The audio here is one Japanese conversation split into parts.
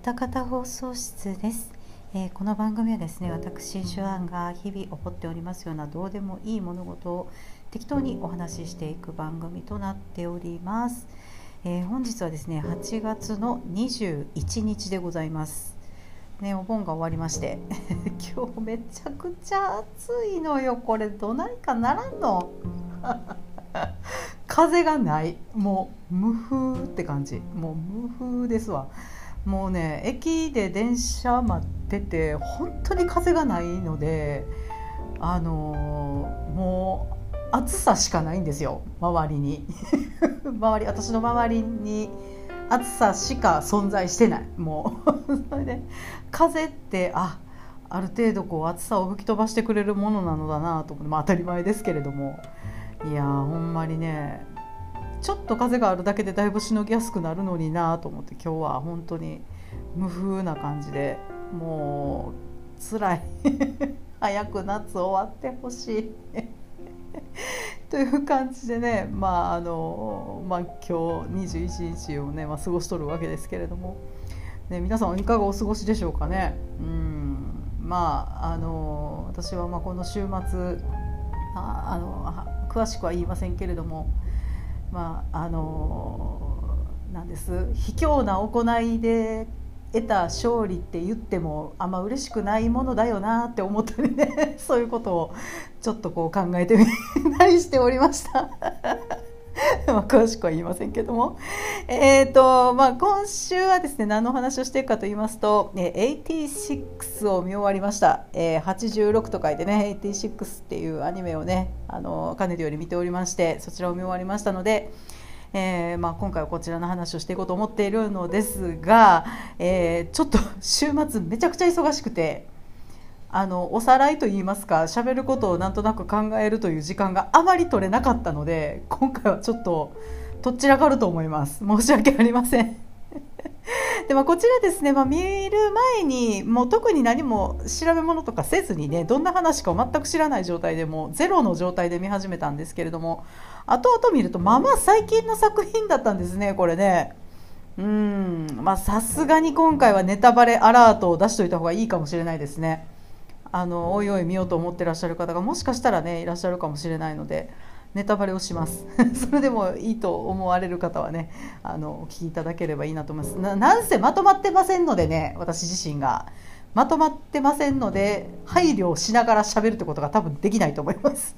たかた放送室です。この番組はですね、私手腕が日々起こっておりますようなどうでもいい物事を適当にお話ししていく番組となっております。本日はですね8月の21日でございますね。お盆が終わりまして今日めちゃくちゃ暑いのよ。これどないかならんの風がない、もう無風って感じ、もう無風ですわ。もうね、駅で電車待ってて本当に風がないので、もう暑さしかないんですよ、周りに私の周りに暑さしか存在してない。もうそれで風ってある程度こう暑さを吹き飛ばしてくれるものなのだなと思って、当たり前ですけれども、いやほんまにね、ちょっと風があるだけでだいぶしのぎやすくなるのになと思って、今日は本当に無風な感じで、もう辛い早く夏終わってほしいという感じでね、今日21日をね、過ごしとるわけですけれども、ね、皆さんいかがお過ごしでしょうかね。私はこの週末詳しくは言いませんけれども、なんです卑怯な行いで得た勝利って言ってもあんま嬉しくないものだよなって思ったりねそういうことをちょっとこう考えてみたりしておりました詳しくは言いませんけども、今週はですね、何の話をしていくかと言いますと、86を見終わりました。86と書いてね、86っていうアニメをね、かねてより見ておりまして、そちらを見終わりましたので、今回はこちらの話をしていこうと思っているのですが、ちょっと週末めちゃくちゃ忙しくて、おさらいといいますか、喋ることをなんとなく考えるという時間があまり取れなかったので、今回はちょっととっちらかると思います。申し訳ありませんで、こちらですね、見る前にもう特に何も調べ物とかせずにね、どんな話かを全く知らない状態で、もうゼロの状態で見始めたんですけれども、後々見ると最近の作品だったんですね、これね。さすがに今回はネタバレアラートを出しといた方がいいかもしれないですね。おいおい見ようと思ってらっしゃる方がもしかしたらねいらっしゃるかもしれないので、ネタバレをしますそれでもいいと思われる方はね、お聞きいただければいいなと思います。なんせまとまってませんのでね、私自身がまとまってませんので、配慮をしながら喋るってことが多分できないと思います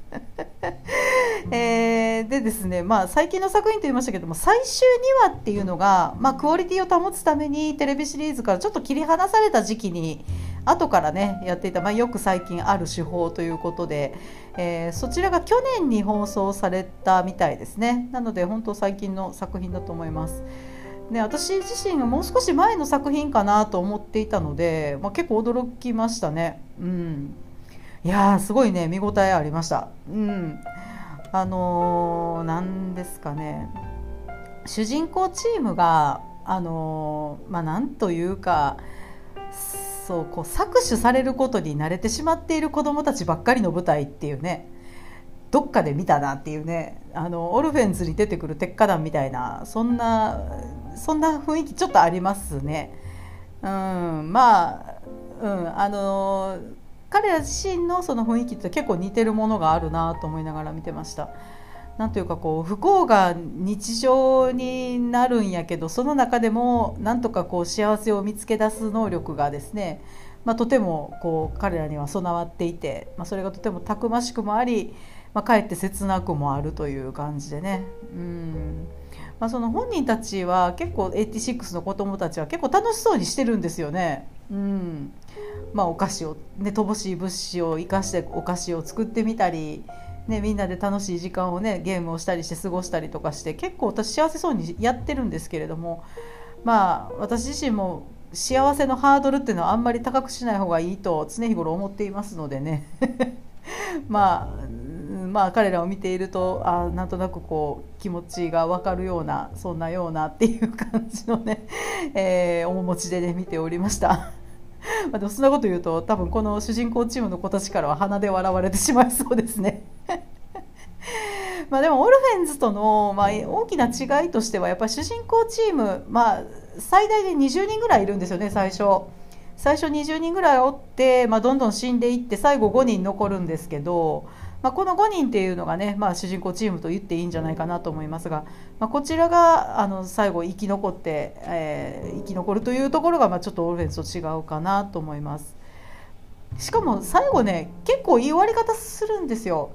でですね、最近の作品と言いましたけども、最終2話っていうのが、クオリティを保つためにテレビシリーズからちょっと切り離された時期に後からねやっていた、よく最近ある手法ということで、そちらが去年に放送されたみたいですね。なので本当最近の作品だと思います。ね、私自身がもう少し前の作品かなと思っていたので、結構驚きましたね。いやーすごいね、見応えありました。なんですかね、主人公チームがなんというか、そうこう搾取されることに慣れてしまっている子どもたちばっかりの舞台っていうね、どっかで見たなっていうね、オルフェンズに出てくる鉄火団みたいな、そんな雰囲気ちょっとありますね。彼ら自身のその雰囲気って結構似てるものがあるなと思いながら見てました。なんというかこう不幸が日常になるんやけど、その中でもなんとかこう幸せを見つけ出す能力がですね、とてもこう彼らには備わっていて、それがとてもたくましくもあり、かえって切なくもあるという感じでね。その本人たちは結構86の子供たちは結構楽しそうにしてるんですよね。お菓子をね、乏しい物資を生かしてお菓子を作ってみたり、ね、みんなで楽しい時間をねゲームをしたりして過ごしたりとかして、結構私幸せそうにやってるんですけれども、私自身も幸せのハードルっていうのはあんまり高くしない方がいいと常日頃思っていますのでね彼らを見ているとなんとなくこう気持ちが分かるような、そんなようなっていう感じのね、面持ちでね見ておりましたでもそんなこと言うと多分この主人公チームの子たちからは鼻で笑われてしまいそうですねでもオルフェンズとの、大きな違いとしてはやっぱり主人公チーム、 最大で20人ぐらいいるんですよね。最初20人ぐらいおって、どんどん死んでいって最後5人残るんですけど、この5人っていうのがね、主人公チームと言っていいんじゃないかなと思いますが、こちらが最後生き残って、生き残るというところが、ちょっとオルフェンズと違うかなと思います。しかも最後ね、結構いい終わり方するんですよ。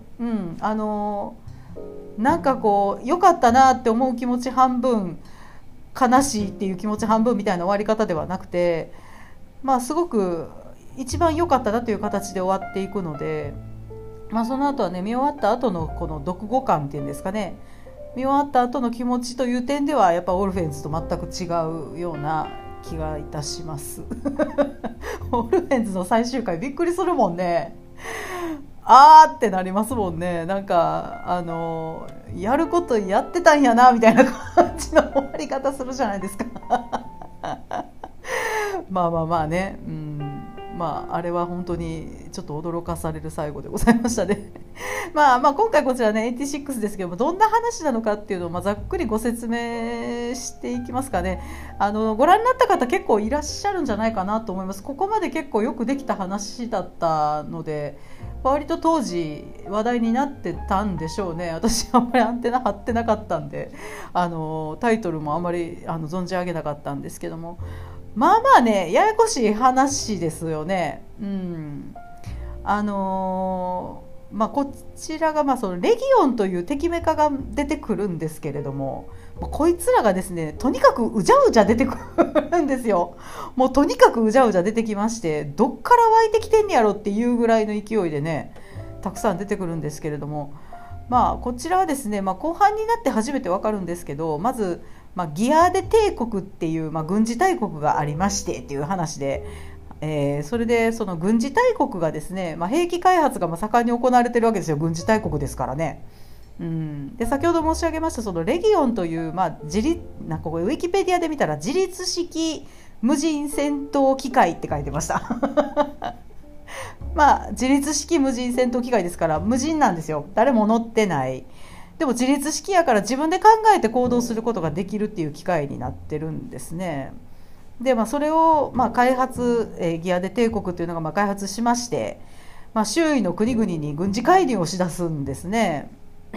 なんかこう良かったなって思う気持ち半分、悲しいっていう気持ち半分みたいな終わり方ではなくて、すごく一番良かったなという形で終わっていくので、その後はね、見終わった後のこの読後感っていうんですかね、見終わった後の気持ちという点ではやっぱオルフェンズと全く違うような気がいたしますオルフェンズの最終回びっくりするもんね。あーってなりますもんね。なんかやることやってたんやなみたいな感じの終わり方するじゃないですかね、あれは本当にちょっと驚かされる最後でございましたね今回こちらね86ですけども、どんな話なのかっていうのをざっくりご説明していきますかね。ご覧になった方結構いらっしゃるんじゃないかなと思います。ここまで結構よくできた話だったので、割と当時話題になってたんでしょうね。私あんまりアンテナ張ってなかったんで、タイトルもあんまり存じ上げなかったんですけども、ね、ややこしい話ですよね。こちらがそのレギオンという敵メカが出てくるんですけれども、こいつらがですね、とにかくうじゃうじゃ出てくるんですよ。もうとにかくうじゃうじゃ出てきまして、どっから湧いてきてんねやろっていうぐらいの勢いでね、たくさん出てくるんですけれども、こちらはですね、後半になって初めてわかるんですけど、まずギアデ帝国っていう、軍事大国がありましてっていう話で、それでその軍事大国がですね、兵器開発が盛んに行われてるわけですよ。軍事大国ですからね。で先ほど申し上げましたそのレギオンという、なんかここウィキペディアで見たら自律式無人戦闘機械って書いてました自律式無人戦闘機械ですから無人なんですよ。誰も乗ってない。でも自律式やから自分で考えて行動することができるっていう機械になってるんですね。で、それを開発、ギアデ帝国というのが開発しまして、周囲の国々に軍事介入をしだすんですね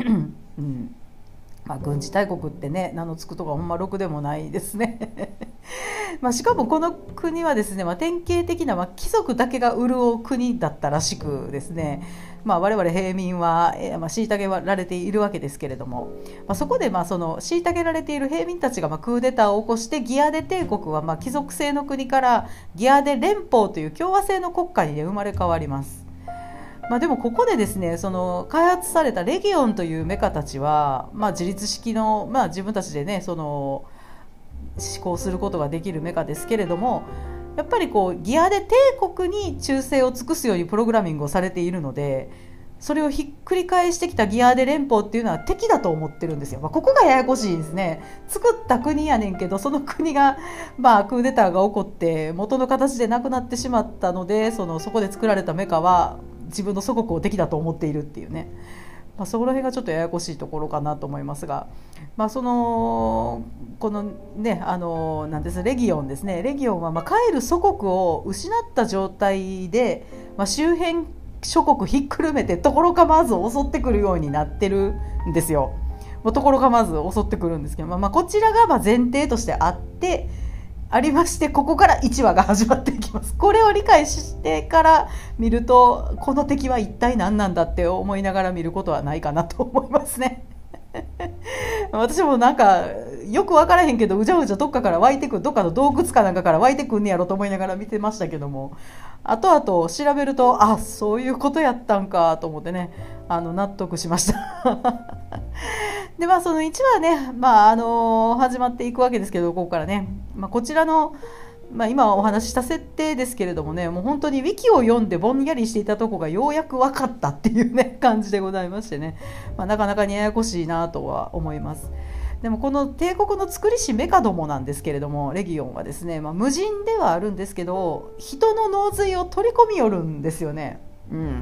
軍事大国ってね、名の付くとかほんまろくでもないですねしかもこの国はですね、典型的な、貴族だけが潤う国だったらしくですね、我々平民は、虐げられているわけですけれども、そこでその虐げられている平民たちがクーデターを起こして、ギアデ帝国は貴族制の国からギアデ連邦という共和制の国家に、生まれ変わります。でもここでですね、その開発されたレギオンというメカたちは、自律式の、自分たちでねその思考することができるメカですけれども、やっぱりギアデ帝国に忠誠を尽くすようにプログラミングをされているので、それをひっくり返してきたギアデ連邦っていうのは敵だと思ってるんですよ。ここがややこしいですね。作った国やねんけど、その国が、クーデターが起こって元の形でなくなってしまったので、そこで作られたメカは自分の祖国を敵だと思っているっていうね、そこら辺がちょっとややこしいところかなと思いますが、このねなんですレギオンですね。レギオンは帰る祖国を失った状態で、周辺諸国ひっくるめてところ構わず襲ってくるようになってるんですよ。ところ構わず襲ってくるんですけど、こちらが前提としてありまして、ここから1話が始まっていきます。これを理解してから見ると、この敵は一体何なんだって思いながら見ることはないかなと思いますね私もなんかよく分からへんけど、うじゃうじゃどっかから湧いてくる、どっかの洞窟かなんかから湧いてくんねやろと思いながら見てましたけども、後々調べると、そういうことやったんかと思ってね、納得しましたでその1話ね、始まっていくわけですけど、ここからね、こちらの、今お話しした設定ですけれどもね、もう本当にウィキを読んでぼんやりしていたとこがようやく分かったっていうね感じでございましてね、なかなかにややこしいなとは思います。でもこの帝国の作りしメカどもなんですけれども、レギオンはですね、無人ではあるんですけど、人の脳髄を取り込みよるんですよね。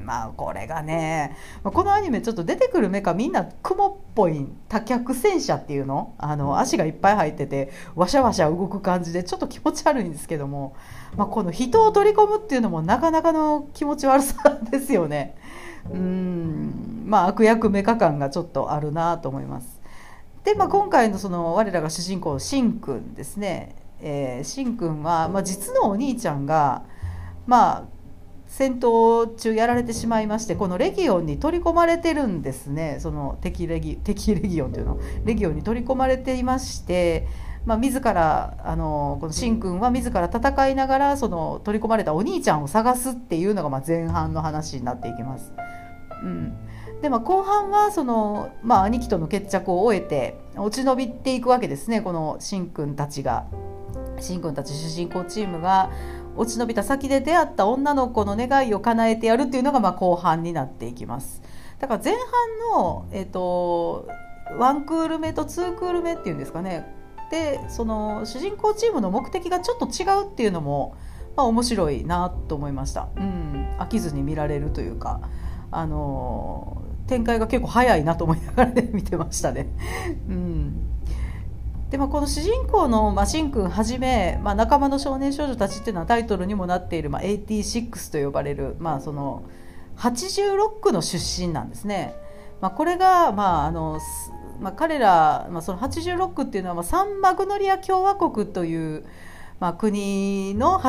まあこれがね、このアニメちょっと出てくるメカみんな雲っぽい多脚戦車っていうの、足がいっぱい入っててワシャワシャ動く感じでちょっと気持ち悪いんですけども、この人を取り込むっていうのもなかなかの気持ち悪さですよね。悪役メカ感がちょっとあるなと思います。で、今回のその我らが主人公シンくんですね、シンくんは、実のお兄ちゃんが、戦闘中やられてしまいまして、このレギオンに取り込まれてるんですね。その敵レギオンというのレギオンに取り込まれていまして、自らこのシンくんは自ら戦いながらその取り込まれたお兄ちゃんを探すっていうのが前半の話になっていきます。で後半はその、兄貴との決着を終えて落ち延びていくわけですね。このシンくんたち主人公チームが落ち延びた先で出会った女の子の願いを叶えてやるっていうのが後半になっていきます。だから前半の、1クール目と2クール目っていうんですかね、でその主人公チームの目的がちょっと違うっていうのも、面白いなと思いました。飽きずに見られるというか、展開が結構早いなと思いながら、見てましたね。でこの主人公の、シンくんはじめ、仲間の少年少女たちっていうのはタイトルにもなっている、86と呼ばれる、その86の出身なんですね。これが、彼ら、その86っていうのは、サンマグノリア共和国という、国の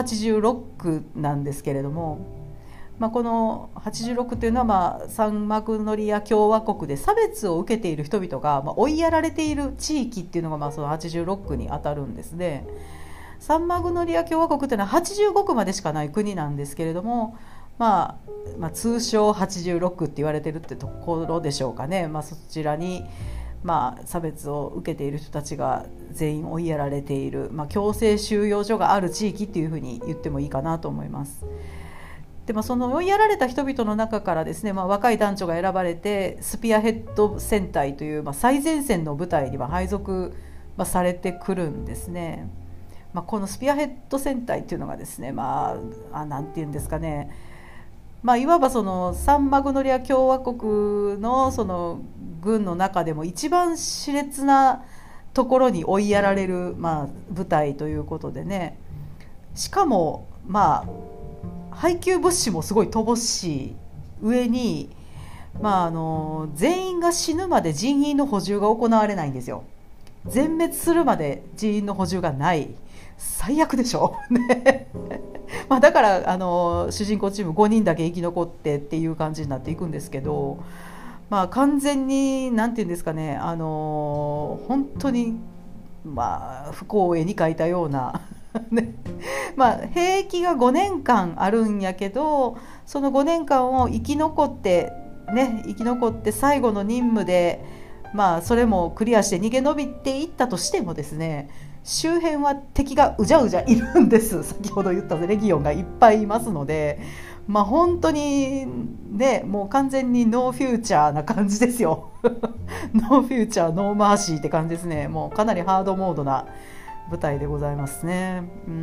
86なんですけれども、この86というのは、サンマグノリア共和国で差別を受けている人々が、追いやられている地域っていうのが、その86に当たるんですね。サンマグノリア共和国というのは85区までしかない国なんですけれども、通称86って言われてるってところでしょうかね。そちらに、差別を受けている人たちが全員追いやられている、強制収容所がある地域っていうふうに言ってもいいかなと思います。でその追いやられた人々の中からですね、若い男女が選ばれてスピアヘッド戦隊という、最前線の部隊に配属、されてくるんですね。このスピアヘッド戦隊っていうのがですね、なんていうんですかね、いわばそのサンマグノリア共和国のその軍の中でも一番熾烈なところに追いやられる、部隊ということでね、しかも配給物資もすごい乏しい上に、全員が死ぬまで人員の補充が行われないんですよ。全滅するまで人員の補充がない。最悪でしょ、ね。だから主人公チーム5人だけ生き残ってっていう感じになっていくんですけど、完全に何て言うんですかね、本当に不幸を絵に描いたようなね、兵役が5年間あるんやけど、その5年間を生き残って最後の任務で、それもクリアして逃げ延びていったとしてもですね、周辺は敵がうじゃうじゃいるんです。先ほど言ったレギオンがいっぱいいますので、本当にね、もう完全にノーフューチャーな感じですよ。ノーフューチャーノーマーシーって感じですね。もうかなりハードモードな舞台でございますね。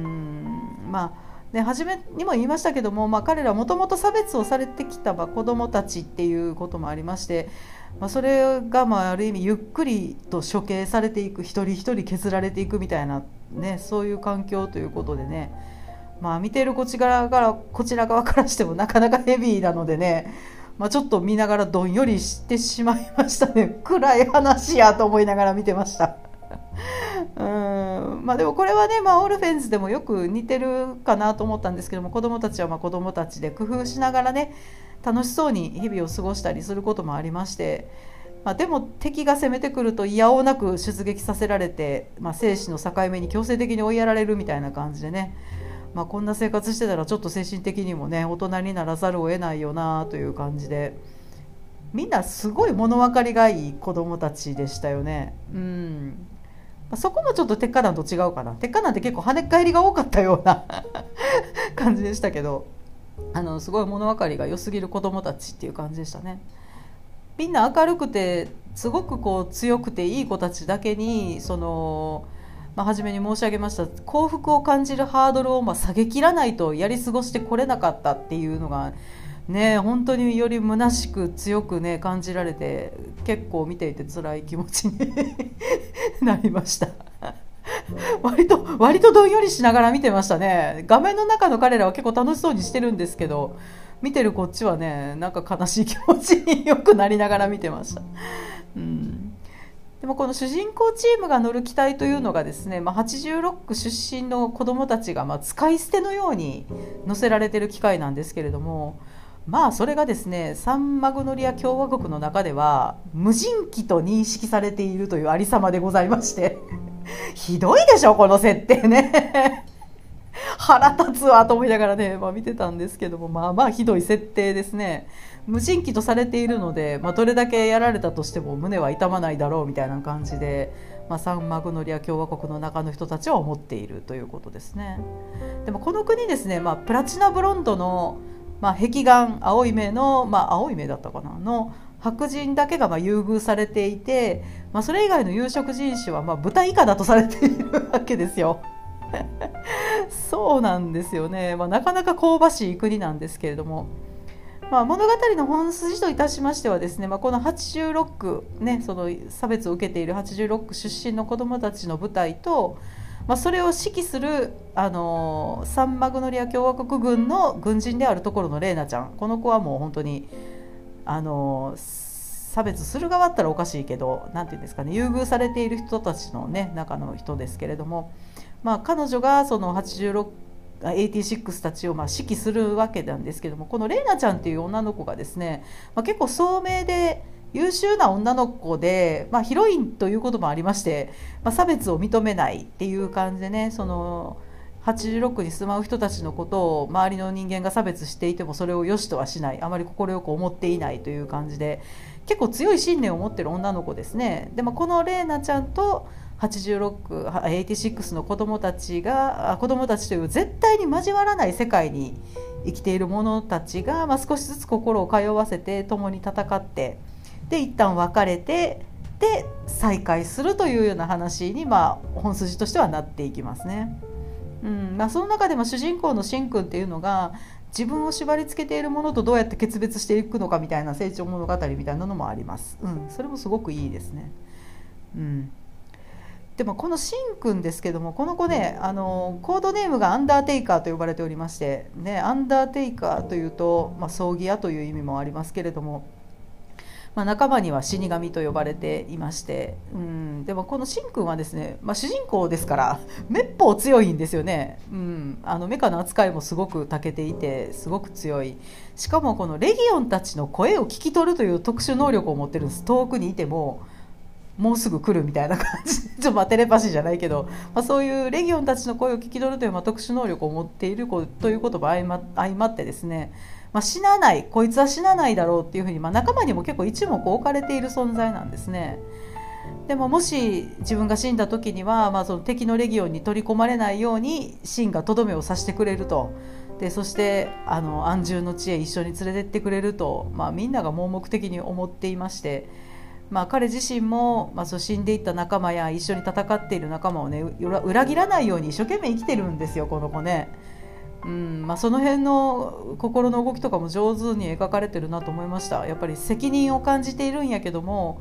初めにも言いましたけども、彼らもともと差別をされてきた子どもたちっていうこともありまして、それがある意味ゆっくりと処刑されていく、一人一人削られていくみたいな、そういう環境ということでね、見ているこちら側からしてもなかなかヘビーなのでね、ちょっと見ながらどんよりしてしまいましたね。暗い話やと思いながら見てました。でもこれはね、オルフェンズでもよく似てるかなと思ったんですけども、子どもたちは子どもたちで工夫しながらね、楽しそうに日々を過ごしたりすることもありまして、でも敵が攻めてくるといやおうなく出撃させられて、生死の境目に強制的に追いやられるみたいな感じでね、こんな生活してたらちょっと精神的にもね、大人にならざるを得ないよなという感じで、みんなすごい物分かりがいい子どもたちでしたよね。そこもちょっと鉄火団と違うかな。鉄火団って結構跳ね返りが多かったような感じでしたけど、すごい物分かりが良すぎる子どもたちっていう感じでしたね。みんな明るくてすごく強くていい子たちだけに、初めに申し上げました幸福を感じるハードルを下げきらないとやり過ごしてこれなかったっていうのがね、本当により虚しく強くね感じられて、結構見ていて辛い気持ちになりました割とどんよりしながら見てましたね。画面の中の彼らは結構楽しそうにしてるんですけど、見てるこっちはねなんか悲しい気持ちによくなりながら見てました。うん、でもこの主人公チームが乗る機体というのがですね、86区出身の子どもたちが使い捨てのように乗せられている機械なんですけれども、それがですねサンマグノリア共和国の中では無人機と認識されているというありさまでございましてひどいでしょこの設定ね腹立つわと思いながらね、見てたんですけども、ひどい設定ですね。無人機とされているので、どれだけやられたとしても胸は痛まないだろうみたいな感じで、サンマグノリア共和国の中の人たちは思っているということですね。でもこの国ですね、プラチナブロンドの、壁眼青い目の、青い目だったかなの白人だけが優遇されていて、それ以外の有色人種は豚以下だとされているわけですよそうなんですよね、なかなか香ばしい国なんですけれども、物語の本筋といたしましてはですね、この86区、ね、その差別を受けている86区出身の子どもたちの部隊と、それを指揮する、サンマグノリア共和国軍の軍人であるところのレーナちゃん、この子はもう本当に差別する側ったらおかしいけど、なんていうんですかね、優遇されている人たちの、中の人ですけれども、彼女がその86たちを指揮するわけなんですけども、このレイナちゃんっていう女の子がですね、結構聡明で優秀な女の子で、ヒロインということもありまして、差別を認めないっていう感じでね、その86に住まう人たちのことを周りの人間が差別していてもそれを良しとはしない、あまり快く思っていないという感じで、結構強い信念を持っている女の子ですね。で、このレイナちゃんと86の子どもたちという絶対に交わらない世界に生きている者たちが、少しずつ心を通わせて共に戦って、で一旦別れて、で再会するというような話に、本筋としてはなっていきますね。その中でも主人公のシンくんっていうのが自分を縛り付けているものとどうやって決別していくのかみたいな成長物語みたいなのもあります。それもすごくいいですね。でもこのシンくんですけども、この子ね、コードネームがアンダーテイカーと呼ばれておりまして、アンダーテイカーというと、葬儀屋という意味もありますけれども、仲間には死神と呼ばれていまして、でもこのシンくんはですね、主人公ですからめっぽう強いんですよね。メカの扱いもすごく長けていてすごく強い。しかもこのレギオンたちの声を聞き取るという特殊能力を持ってるんです。遠くにいてももうすぐ来るみたいな感じちょっとテレパシーじゃないけど、そういうレギオンたちの声を聞き取るという、特殊能力を持っているということも相まってですね、死なない、こいつは死なないだろうっていうふうに、仲間にも結構一目置かれている存在なんですね。でももし自分が死んだ時には、その敵のレギオンに取り込まれないようにシンがとどめを刺してくれると。でそして安住の地へ一緒に連れてってくれると、みんなが盲目的に思っていまして、彼自身も、そう死んでいった仲間や一緒に戦っている仲間をね裏切らないように一生懸命生きてるんですよ、この子ね。その辺の心の動きとかも上手に描かれてるなと思いました。やっぱり責任を感じているんやけども、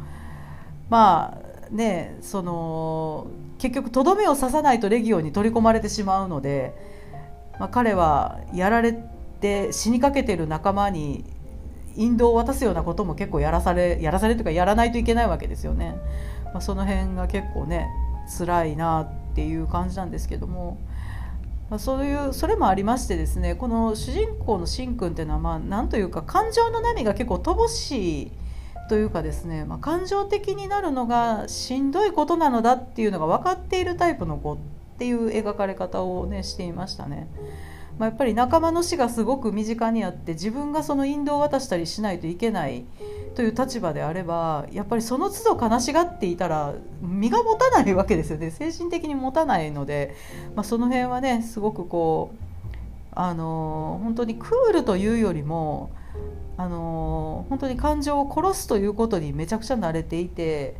その結局とどめを刺さないとレギオンに取り込まれてしまうので、彼はやられて死にかけてる仲間に引導を渡すようなことも結構やらされというかやらないといけないわけですよね。その辺が結構ね辛いなっていう感じなんですけども、それもありましてですね、この主人公のシンくんっていうのはなんというか感情の波が結構乏しいというかですね、感情的になるのがしんどいことなのだっていうのが分かっているタイプの子っていう描かれ方をねしていましたね。やっぱり仲間の死がすごく身近にあって自分がその引導を渡したりしないといけないという立場であれば、やっぱりその都度悲しがっていたら身が持たないわけですよね。精神的に持たないので、その辺はねすごくこう本当にクールというよりも本当に感情を殺すということにめちゃくちゃ慣れていて、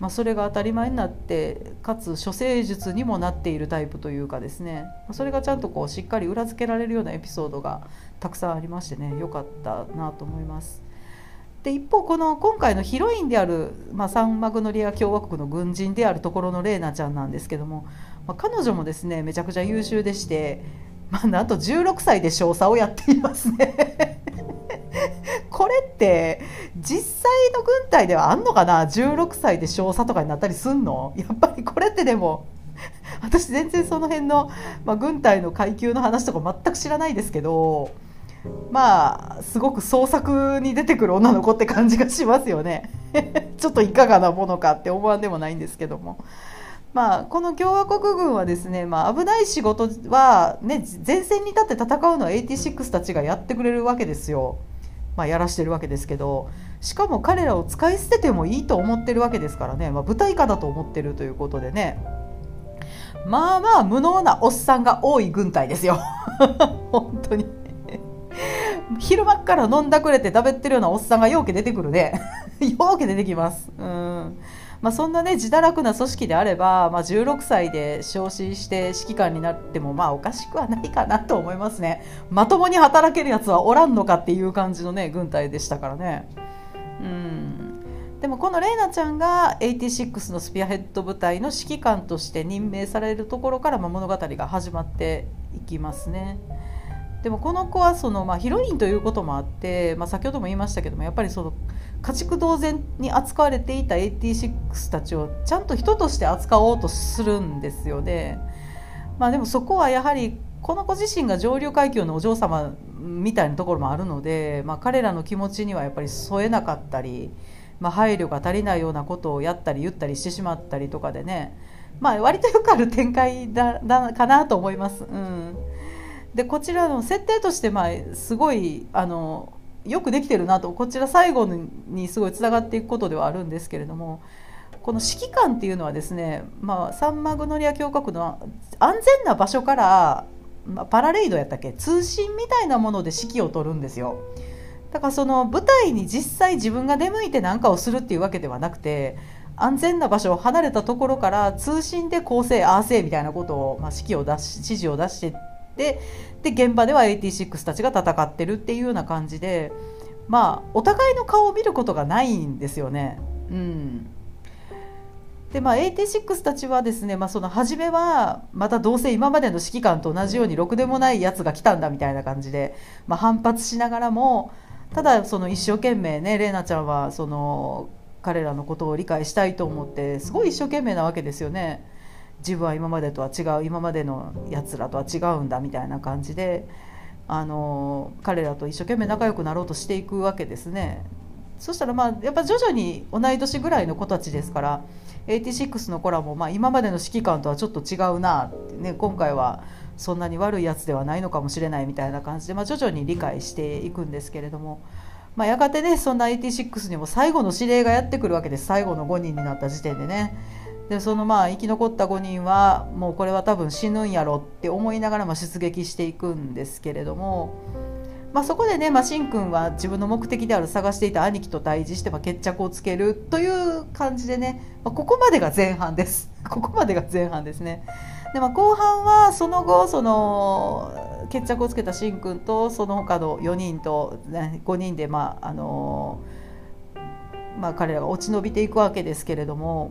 それが当たり前になってかつ処世術にもなっているタイプというかですね、それがちゃんとこうしっかり裏付けられるようなエピソードがたくさんありましてね、良かったなと思います。で一方この今回のヒロインである、サンマグノリア共和国の軍人であるところのレイナちゃんなんですけども、彼女もですねめちゃくちゃ優秀でして、なんと16歳で少佐をやっていますねこれって実際の軍隊ではあんのかな、16歳で少佐とかになったりすんの。やっぱりこれってでも私全然その辺の、軍隊の階級の話とか全く知らないですけど、すごく創作に出てくる女の子って感じがしますよねちょっといかがなものかって思わんでもないんですけども、この共和国軍はですね、危ない仕事は、ね、前線に立って戦うのは86たちがやってくれるわけですよ。やらしてるわけですけど、しかも彼らを使い捨ててもいいと思ってるわけですからね、部隊歌だと思ってるということでね、無能なおっさんが多い軍隊ですよ本当に昼間っから飲んだくれて食べってるようなおっさんがようけ出てくるねようけ出てきます。そんなね自堕落な組織であれば、16歳で昇進して指揮官になってもおかしくはないかなと思いますね。まともに働けるやつはおらんのかっていう感じのね軍隊でしたからね。でもこのレイナちゃんが86のスピアヘッド部隊の指揮官として任命されるところから物語が始まっていきますね。でもこの子はヒロインということもあって、先ほども言いましたけども、やっぱり家畜同然に扱われていた86たちをちゃんと人として扱おうとするんですよね。でもそこはやはりこの子自身が上流階級のお嬢様みたいなところもあるので、彼らの気持ちにはやっぱり添えなかったり、配慮が足りないようなことをやったり言ったりしてしまったりとかでね、割とよくある展開だかなと思います。でこちらの設定としてすごいよくできてるなと、こちら最後にすごいつながっていくことではあるんですけれども、この指揮官っていうのはですね、サンマグノリア共和国の安全な場所から、パラレイドやったっけ、通信みたいなもので指揮を取るんですよ。だからその舞台に実際自分が出向いて何かをするっていうわけではなくて、安全な場所を離れたところから通信でこうせいああせいみたいなことを、指示を出してで現場では86たちが戦ってるっていうような感じで、お互いの顔を見ることがないんですよね。で86たちはですね、その初めはまたどうせ今までの指揮官と同じようにろくでもないやつが来たんだみたいな感じで、反発しながらも、ただ一生懸命ね、レイナちゃんは彼らのことを理解したいと思ってすごい一生懸命なわけですよね。自分は今までとは違う、今までのやつらとは違うんだみたいな感じで、彼らと一生懸命仲良くなろうとしていくわけですね。そしたらやっぱ徐々に同い年ぐらいの子たちですから、86の子らも今までの指揮官とはちょっと違うなって、ね、今回はそんなに悪いやつではないのかもしれないみたいな感じで、徐々に理解していくんですけれども、やがてねそんな86にも最後の指令がやってくるわけです。最後の5人になった時点でね。で生き残った5人はもうこれは多分死ぬんやろって思いながら出撃していくんですけれども、そこでね、シン君は自分の目的である探していた兄貴と対峙して決着をつけるという感じでね、ここまでが前半ですここまでが前半ですね。で、後半はその後決着をつけたシン君とその他の4人と、5人で彼らが落ち延びていくわけですけれども、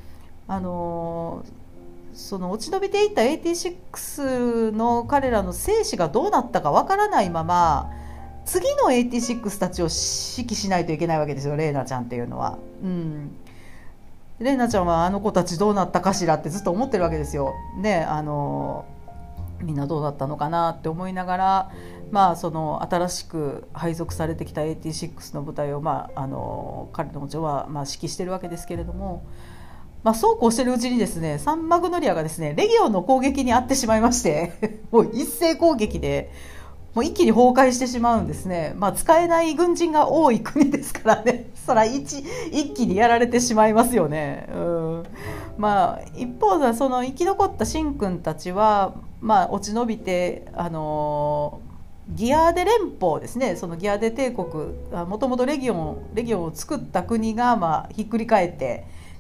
その落ち延びていった86の彼らの生死がどうなったかわからないまま次の86たちを指揮しないといけないわけですよ、レイナちゃんっていうのは。レイナちゃんはあの子たちどうなったかしらってずっと思ってるわけですよ、ね、みんなどうだったのかなって思いながら、新しく配属されてきた86の部隊を、彼の女は指揮してるわけですけれども、そうこうしてるうちにですね、サンマグノリアがですねレギオンの攻撃に遭ってしまいましてもう一斉攻撃でもう一気に崩壊してしまうんですね。使えない軍人が多い国ですからねそら一気にやられてしまいますよね。一方でその生き残ったシン君たちは、落ち延びて、ギアーデ連邦ですね、そのギアーデ帝国、もともとレギオンを作った国がひっくり返って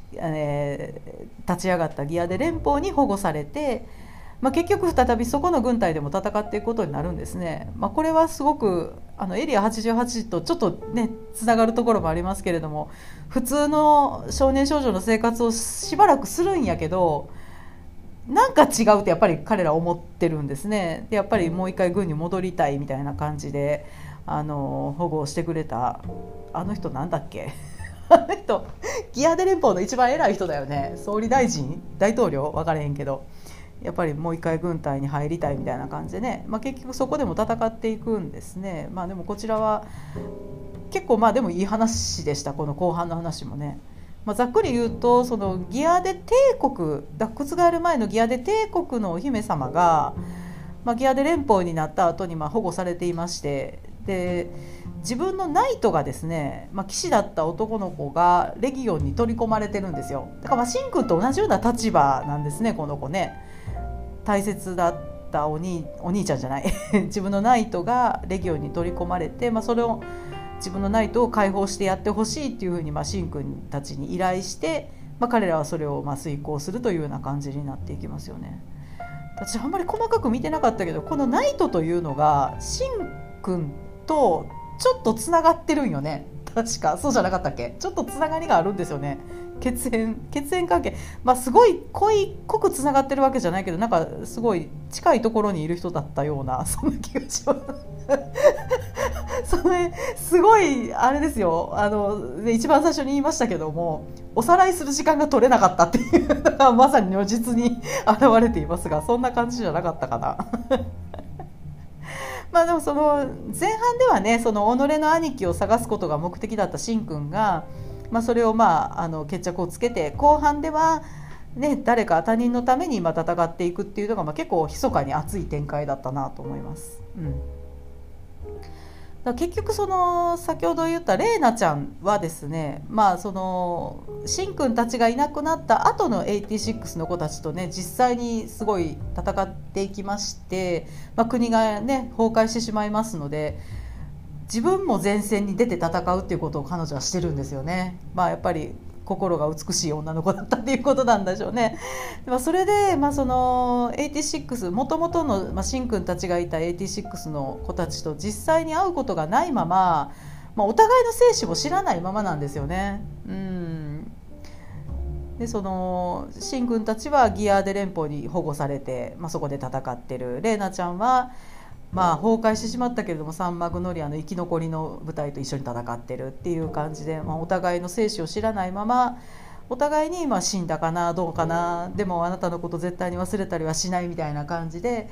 立ち上がったギアデ連邦に保護されて、結局再びそこの軍隊でも戦っていくことになるんですね。これはすごくエリア88とちょっとねつながるところもありますけれども、普通の少年少女の生活をしばらくするんやけど、なんか違うってやっぱり彼ら思ってるんですね。でやっぱりもう一回軍に戻りたいみたいな感じで保護をしてくれたあの人なんだっけあの人ギアデ連邦の一番偉い人だよね。総理大臣大統領分からへんけど、やっぱりもう一回軍隊に入りたいみたいな感じでね、結局そこでも戦っていくんですね。でもこちらは結構でもいい話でした。この後半の話もね、ざっくり言うとそのギアデ帝国覆る前のギアデ帝国のお姫様が、ギアデ連邦になった後に保護されていまして、で自分のナイトがですね、騎士だった男の子がレギオンに取り込まれてるんですよ。だからシンくんと同じような立場なんですね、この子ね。大切だったお兄ちゃんじゃない自分のナイトがレギオンに取り込まれて、それを自分のナイトを解放してやってほしいっていうふうにシンくんたちに依頼して、彼らはそれを遂行するというような感じになっていきますよね。私あんまり細かく見てなかったけど、このナイトというのがシンくんとちょっとつながってるんよね。確かそうじゃなかったっけ。ちょっとつながりがあるんですよね。血縁関係、すごい濃くつながってるわけじゃないけど、なんかすごい近いところにいる人だったような、そんな気がしますそれすごいあれですよ。一番最初に言いましたけども、おさらいする時間が取れなかったっていうのがまさに如実に現れていますが、そんな感じじゃなかったかなでもその前半ではね、その己の兄貴を探すことが目的だったシンくんが、それを決着をつけて、後半では、誰か他人のために戦っていくっていうのが結構密かに熱い展開だったなと思います。だ結局その先ほど言ったレイナちゃんはですね、そのシンくんたちがいなくなった後の86の子たちとね、実際にすごい戦っていきまして、国がね崩壊してしまいますので、自分も前線に出て戦うっていうことを彼女はしてるんですよね。やっぱり心が美しい女の子だったっていうことなんでしょうね。それで、その86もともとの、シンくんたちがいた86の子たちと実際に会うことがないまま、お互いの生死も知らないままなんですよね。でそのシンくんたちはギアデ連邦に保護されて、そこで戦ってる。レイナちゃんは崩壊してしまったけれども、サンマグノリアの生き残りの部隊と一緒に戦ってるっていう感じで、お互いの生死を知らないまま、お互いに死んだかなどうかな、でもあなたのこと絶対に忘れたりはしないみたいな感じで、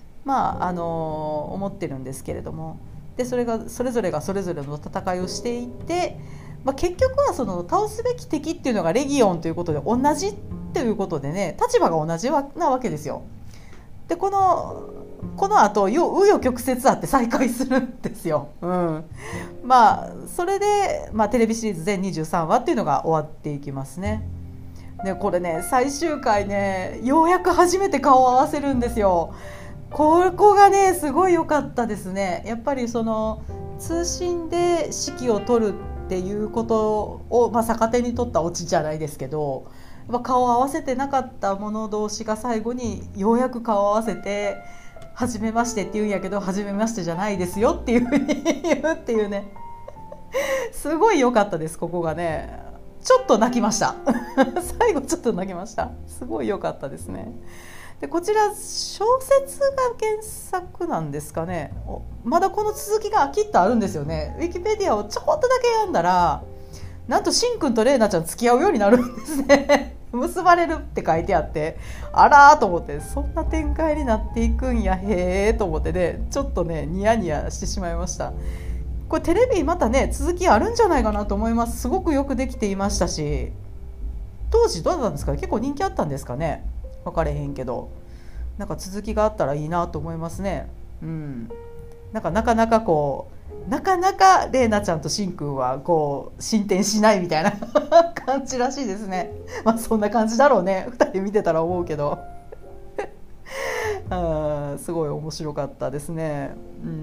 思ってるんですけれども、でそれぞれがそれぞれの戦いをしていって、結局はその倒すべき敵っていうのがレギオンということで同じっていうことでね、立場が同じなわけですよ。でこの後紆余曲折あって再開するんですよ。それで、テレビシリーズ全23話っていうのが終わっていきますね。でこれね、最終回ね、ようやく初めて顔を合わせるんですよ。ここがねすごい良かったですね。やっぱりその通信で指揮を取るっていうことを、逆手に取ったオチじゃないですけど、顔を合わせてなかった者同士が最後にようやく顔を合わせて、初めましてって言うんやけど、初めましてじゃないですよっていうふうに言うっていうねすごい良かったです。ここがねちょっと泣きました最後ちょっと泣きました。すごい良かったですね。でこちら小説が原作なんですかね。まだこの続きがきっとあるんですよね。ウィキペディアをちょこっとだけ読んだら、なんとシンくんとレイナちゃん付き合うようになるんですね結ばれるって書いてあって、あらーと思って、そんな展開になっていくんや、へーと思ってね、ちょっとねニヤニヤしてしまいました。これテレビまたね続きあるんじゃないかなと思います。すごくよくできていましたし、当時どうだったんですかね。結構人気あったんですかね。分かれへんけど、なんか続きがあったらいいなと思いますね。なかなかなかなかレイナちゃんとシンくんは進展しないみたいな感じらしいですね。そんな感じだろうね、2人見てたら思うけどすごい面白かったですね。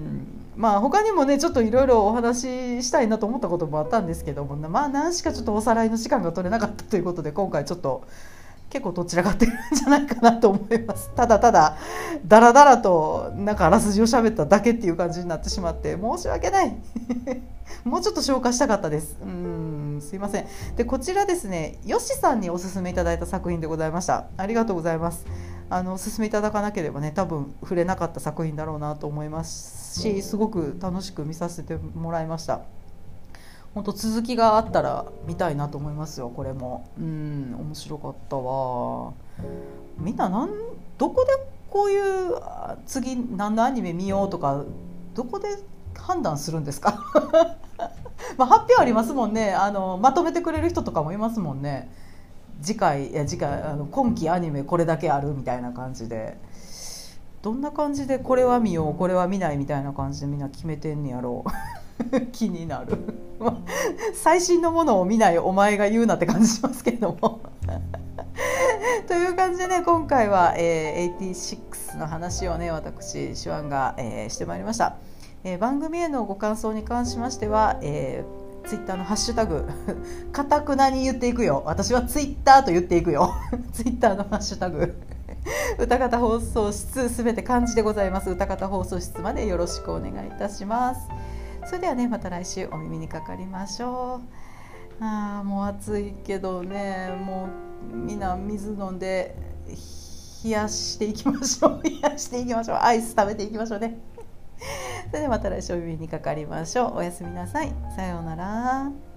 まあ他にもねちょっといろいろお話ししたいなと思ったこともあったんですけども、まあ何しかちょっとおさらいの時間が取れなかったということで、今回ちょっと結構どちらかってるんじゃないかなと思います。ただただダラダラとなんかあらすじを喋っただけっていう感じになってしまって申し訳ないもうちょっと消化したかったです。すいません。でこちらですね、よしさんにおすすめいただいた作品でございました。ありがとうございます。おすすめいただかなければね多分触れなかった作品だろうなと思いますし、すごく楽しく見させてもらいました。本当続きがあったら見たいなと思いますよ。これも面白かったわ。みんなどこでこういう次何のアニメ見ようとかどこで判断するんですかまあ発表ありますもんね。まとめてくれる人とかもいますもんね。次回今期アニメこれだけあるみたいな感じで、どんな感じでこれは見ようこれは見ないみたいな感じでみんな決めてんねやろう気になる最新のものを見ないお前が言うなって感じしますけれどもという感じでね、今回は、86の話をね私手腕が、してまいりました。番組へのご感想に関しましては、ツイッターのハッシュタグかたくなに言っていくよ、私はツイッターと言っていくよツイッターのハッシュタグ歌方放送室すべて漢字でございます。歌方放送室までよろしくお願いいたします。それではねまた来週お耳にかかりましょう。もう暑いけどね、もうみんな水飲んで冷やしていきましょう冷やしていきましょう、アイス食べていきましょうねそれではまた来週お耳にかかりましょう。おやすみなさい。さようなら。